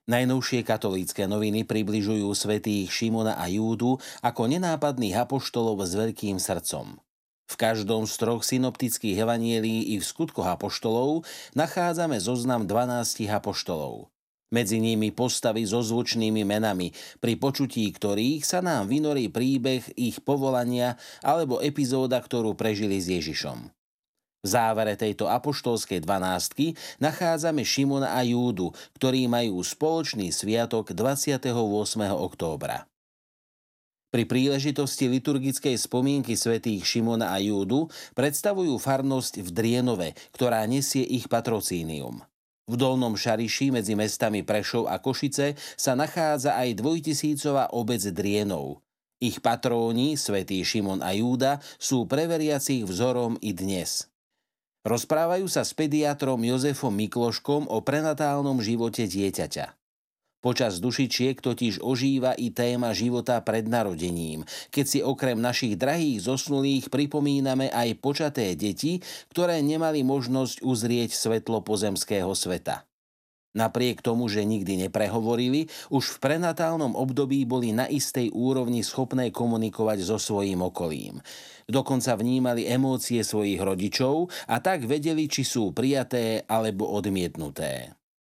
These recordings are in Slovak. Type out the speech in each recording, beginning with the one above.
Najnovšie katolícke noviny približujú svätých Šimona a Júdu ako nenápadných apoštolov s veľkým srdcom. V každom z troch synoptických evanielií i v skutkoch apoštolov nachádzame zoznam 12 apoštolov. Medzi nimi postavy so zvučnými menami, pri počutí ktorých sa nám vynorí príbeh ich povolania alebo epizóda, ktorú prežili s Ježišom. V závere tejto apoštolskej dvanástky nachádzame Šimona a Júdu, ktorí majú spoločný sviatok 28. októbra. Pri príležitosti liturgickej spomienky svätých Šimona a Júdu predstavujú farnosť v Drienove, ktorá nesie ich patrocínium. V Dolnom Šariši medzi mestami Prešov a Košice sa nachádza aj dvojtisícová obec Drienov. Ich patróni, svätý Šimon a Júda, sú pre veriacich vzorom i dnes. Rozprávajú sa s pediatrom Jozefom Mikloškom o prenatálnom živote dieťaťa. Počas dušičiek totiž ožíva i téma života pred narodením, keď si okrem našich drahých zosnulých pripomíname aj počaté deti, ktoré nemali možnosť uzrieť svetlo pozemského sveta. Napriek tomu, že nikdy neprehovorili, už v prenatálnom období boli na istej úrovni schopné komunikovať so svojím okolím. Dokonca vnímali emócie svojich rodičov a tak vedeli, či sú prijaté alebo odmietnuté.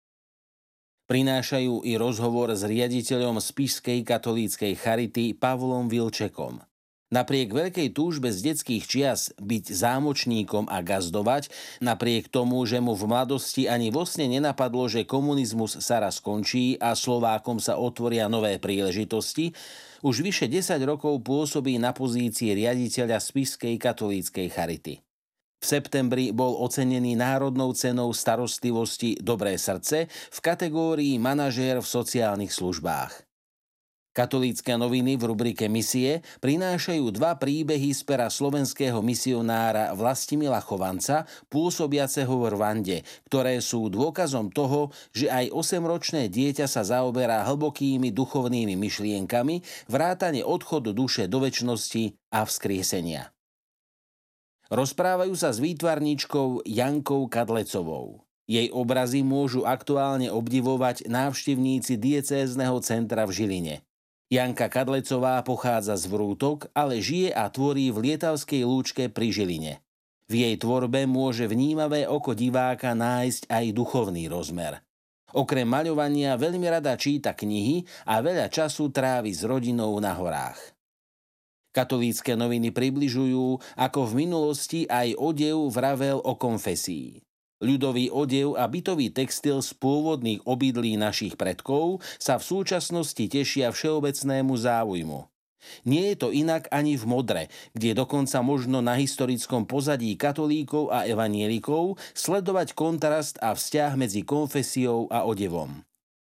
Prinášajú i rozhovor s riaditeľom Spišskej katolíckej charity Pavlom Vilčekom. Napriek veľkej túžbe z detských čias byť zámočníkom a gazdovať, napriek tomu, že mu v mladosti ani vo sne nenapadlo, že komunizmus sa raz skončí a Slovákom sa otvoria nové príležitosti, už vyše 10 rokov pôsobí na pozícii riaditeľa Spišskej katolíckej charity. V septembri bol ocenený národnou cenou starostlivosti Dobré srdce v kategórii manažér v sociálnych službách. Katolícke noviny v rubrike Misie prinášajú dva príbehy z pera slovenského misionára Vlastimila Chovanca, pôsobiaceho v Rwande, ktoré sú dôkazom toho, že aj 8-ročné dieťa sa zaoberá hlbokými duchovnými myšlienkami, vrátane odchodu duše do večnosti a vzkriesenia. Rozprávajú sa s výtvarníčkou Jankou Kadlecovou. Jej obrazy môžu aktuálne obdivovať návštevníci diecézneho centra v Žiline. Janka Kadlecová pochádza z Vrútok, ale žije a tvorí v Lietavskej Lúčke pri Žiline. V jej tvorbe môže vnímavé oko diváka nájsť aj duchovný rozmer. Okrem maľovania veľmi rada číta knihy a veľa času trávi s rodinou na horách. Katolícke noviny približujú, ako v minulosti aj odev vravel o konfesii. Ľudový odev a bytový textil z pôvodných obydlí našich predkov sa v súčasnosti tešia všeobecnému záujmu. Nie je to inak ani v modre, kde dokonca možno na historickom pozadí katolíkov a evanielikov sledovať kontrast a vzťah medzi konfesiou a odevom.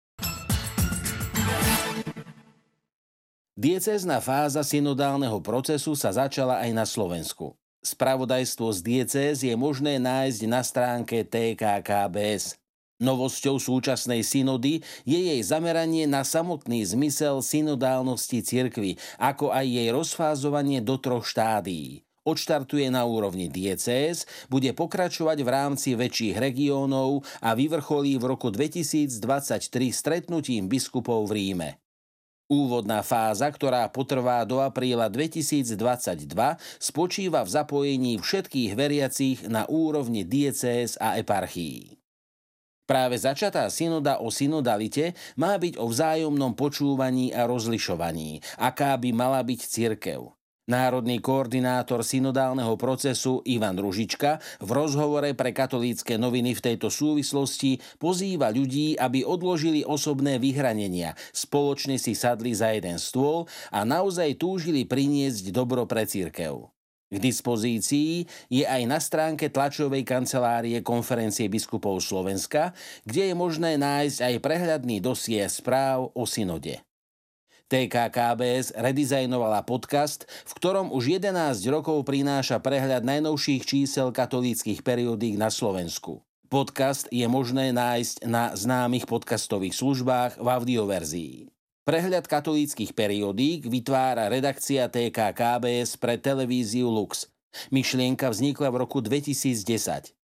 Diecézna fáza synodálneho procesu sa začala aj na Slovensku. Spravodajstvo z diecéz je možné nájsť na stránke TKKBS. Novosťou súčasnej synody je jej zameranie na samotný zmysel synodálnosti cirkvi, ako aj jej rozfázovanie do troch štádií. Odštartuje na úrovni diecéz, bude pokračovať v rámci väčších regiónov a vyvrcholí v roku 2023 stretnutím biskupov v Ríme. Úvodná fáza, ktorá potrvá do apríla 2022, spočíva v zapojení všetkých veriacich na úrovni diecéz a eparchií. Práve začatá synoda o synodalite má byť o vzájomnom počúvaní a rozlišovaní, aká by mala byť cirkev. Národný koordinátor synodálneho procesu Ivan Ružička v rozhovore pre katolícke noviny v tejto súvislosti pozýva ľudí, aby odložili osobné vyhranenia, spoločne si sadli za jeden stôl a naozaj túžili priniesť dobro pre cirkev. K dispozícii je aj na stránke tlačovej kancelárie Konferencie biskupov Slovenska, kde je možné nájsť aj prehľadný dosier správ o synode. TKKBS redizajnovala podcast, v ktorom už 11 rokov prináša prehľad najnovších čísel katolíckych periodík na Slovensku. Podcast je možné nájsť na známych podcastových službách v audioverzii. Prehľad katolíckych periodík vytvára redakcia TKKBS pre televíziu Lux. Myšlienka vznikla v roku 2010.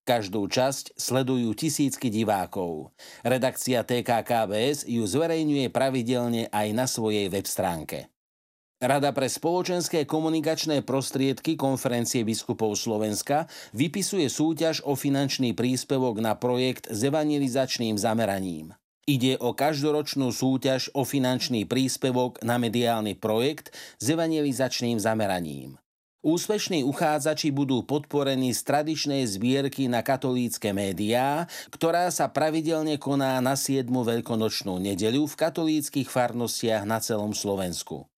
Každú časť sledujú tisícky divákov. Redakcia TKKBS ju zverejňuje pravidelne aj na svojej web stránke. Rada pre spoločenské komunikačné prostriedky Konferencie biskupov Slovenska vypisuje súťaž o finančný príspevok na projekt s evangelizačným zameraním. Ide o každoročnú súťaž o finančný príspevok na mediálny projekt s evangelizačným zameraním. Úspešní uchádzači budú podporení z tradičnej zbierky na katolícke médiá, ktorá sa pravidelne koná na 7. veľkonočnú nedeľu v katolíckych farnostiach na celom Slovensku.